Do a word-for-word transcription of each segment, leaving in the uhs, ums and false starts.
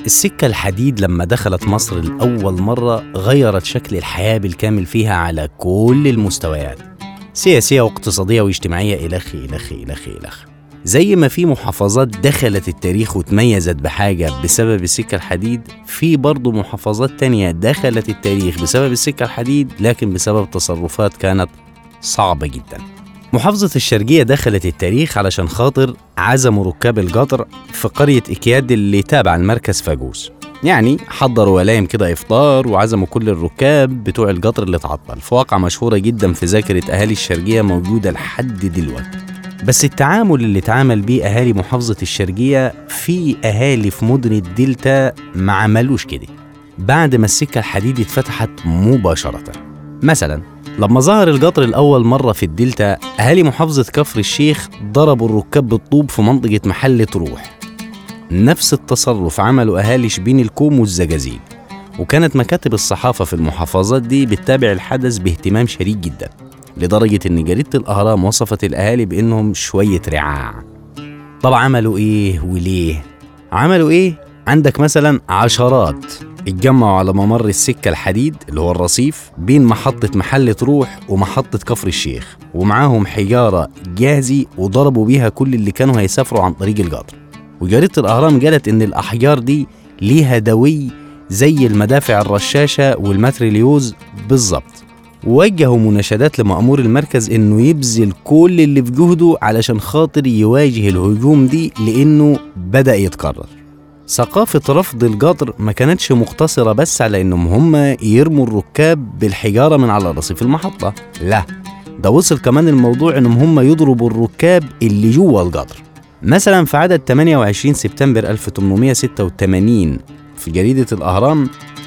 السكة الحديد لما دخلت مصر لأول مرة غيرت شكل الحياة بالكامل فيها على كل المستويات، سياسية واقتصادية واجتماعية إلخ إلخ إلخ إلخ. زي ما في محافظات دخلت التاريخ وتميزت بحاجة بسبب السكة الحديد، في برضو محافظات تانية دخلت التاريخ بسبب السكة الحديد لكن بسبب تصرفات كانت صعبة جدا. محافظة الشرقية دخلت التاريخ علشان خاطر عزموا ركاب القطر في قرية إكياد اللي تابع المركز فاجوس، يعني حضروا ولايم كده إفطار وعزموا كل الركاب بتوع القطر اللي تعطل، في واقعة مشهورة جدا في ذاكرة أهالي الشرقية موجودة لحد دلوقتي. بس التعامل اللي اتعامل بيه أهالي محافظة الشرقية في أهالي في مدن الدلتا ما عملوش كده بعد ما السكة الحديد اتفتحت مباشرة. مثلا لما ظهر القطر الأول مرة في الدلتا، أهالي محافظة كفر الشيخ ضربوا الركاب بالطوب في منطقة محل تروح. نفس التصرف عملوا أهالي شبين الكوم والزجاجيل، وكانت مكاتب الصحافة في المحافظات دي بتتابع الحدث باهتمام شديد جدا، لدرجة إن جريدة الأهرام وصفت الأهالي بإنهم شوية رعاع. طب عملوا إيه وليه؟ عملوا إيه؟ عندك مثلا عشرات اتجمعوا على ممر السكة الحديد اللي هو الرصيف بين محطة محل تروح ومحطة كفر الشيخ، ومعاهم حجارة جاهزة وضربوا بيها كل اللي كانوا هيسافروا عن طريق القطر. وجريدة الأهرام قالت إن الأحجار دي ليها دوي زي المدافع الرشاشة والمتريليوز بالظبط. ووجهوا مناشدات لمأمور المركز إنه يبذل كل اللي في جهده علشان خاطر يواجه الهجوم دي، لأنه بدأ يتكرر. ثقافة رفض القطر ما كانتش مقتصرة بس على إنهم هم يرموا الركاب بالحجارة من على رصيف المحطة، لا، ده وصل كمان الموضوع إنهم هم يضربوا الركاب اللي جوه القطر. مثلا في عدد ثمانية وعشرين سبتمبر ألف وثمانمائة وستة وثمانين في جريدة الأهرام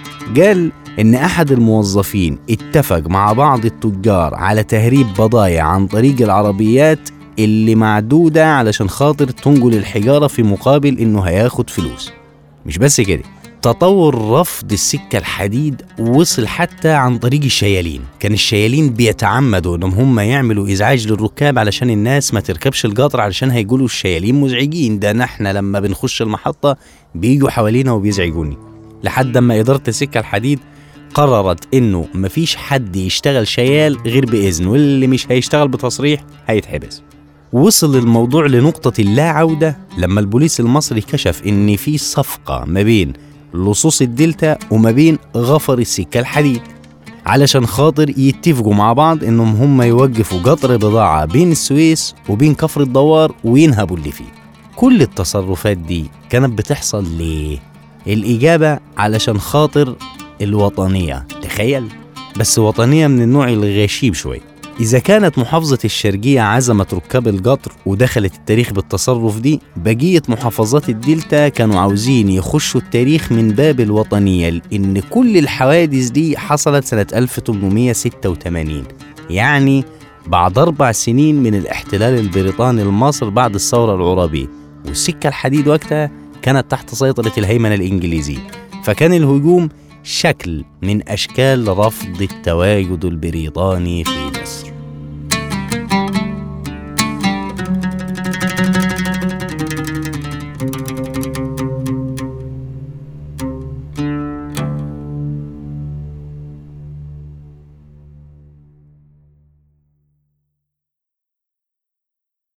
قال إن أحد الموظفين اتفق مع بعض التجار على تهريب بضايع عن طريق العربيات اللي معدودة علشان خاطر تنقل الحجارة في مقابل إنه هياخد فلوس. مش بس كده، تطور رفض السكة الحديد وصل حتى عن طريق الشيالين. كان الشيالين بيتعمدوا إنهم هم يعملوا إزعاج للركاب علشان الناس ما تركبش القطر، علشان هيقولوا الشيالين مزعجين، ده نحن لما بنخش المحطة بيجوا حوالينا وبيزعجوني. لحد ما إدارة السكة الحديد قررت إنه مفيش حد يشتغل شيال غير بإذن، واللي مش هيشتغل بتصريح هيتحبس. وصل الموضوع لنقطة اللا عودة لما البوليس المصري كشف إن في صفقة ما بين لصوص الدلتا وما بين غفر السكة الحديد علشان خاطر يتفقوا مع بعض إنهم هم يوقفوا قطر بضاعة بين السويس وبين كفر الدوار وينهبوا اللي فيه. كل التصرفات دي كانت بتحصل ليه؟ الإجابة علشان خاطر الوطنية. تخيل، بس وطنية من النوع الغشيم شوي. إذا كانت محافظة الشرقية عزمت ركاب القطر ودخلت التاريخ بالتصرف دي، بقية محافظات الدلتا كانوا عاوزين يخشوا التاريخ من باب الوطنية، لأن كل الحوادث دي حصلت سنة ألف وثمانمائة وستة وثمانين، يعني بعد أربع سنين من الاحتلال البريطاني لمصر بعد الثورة العرابية، والسكة الحديد وقتها كانت تحت سيطرة الهيمنة الإنجليزية. فكان الهجوم شكل من أشكال رفض التواجد البريطاني في مصر.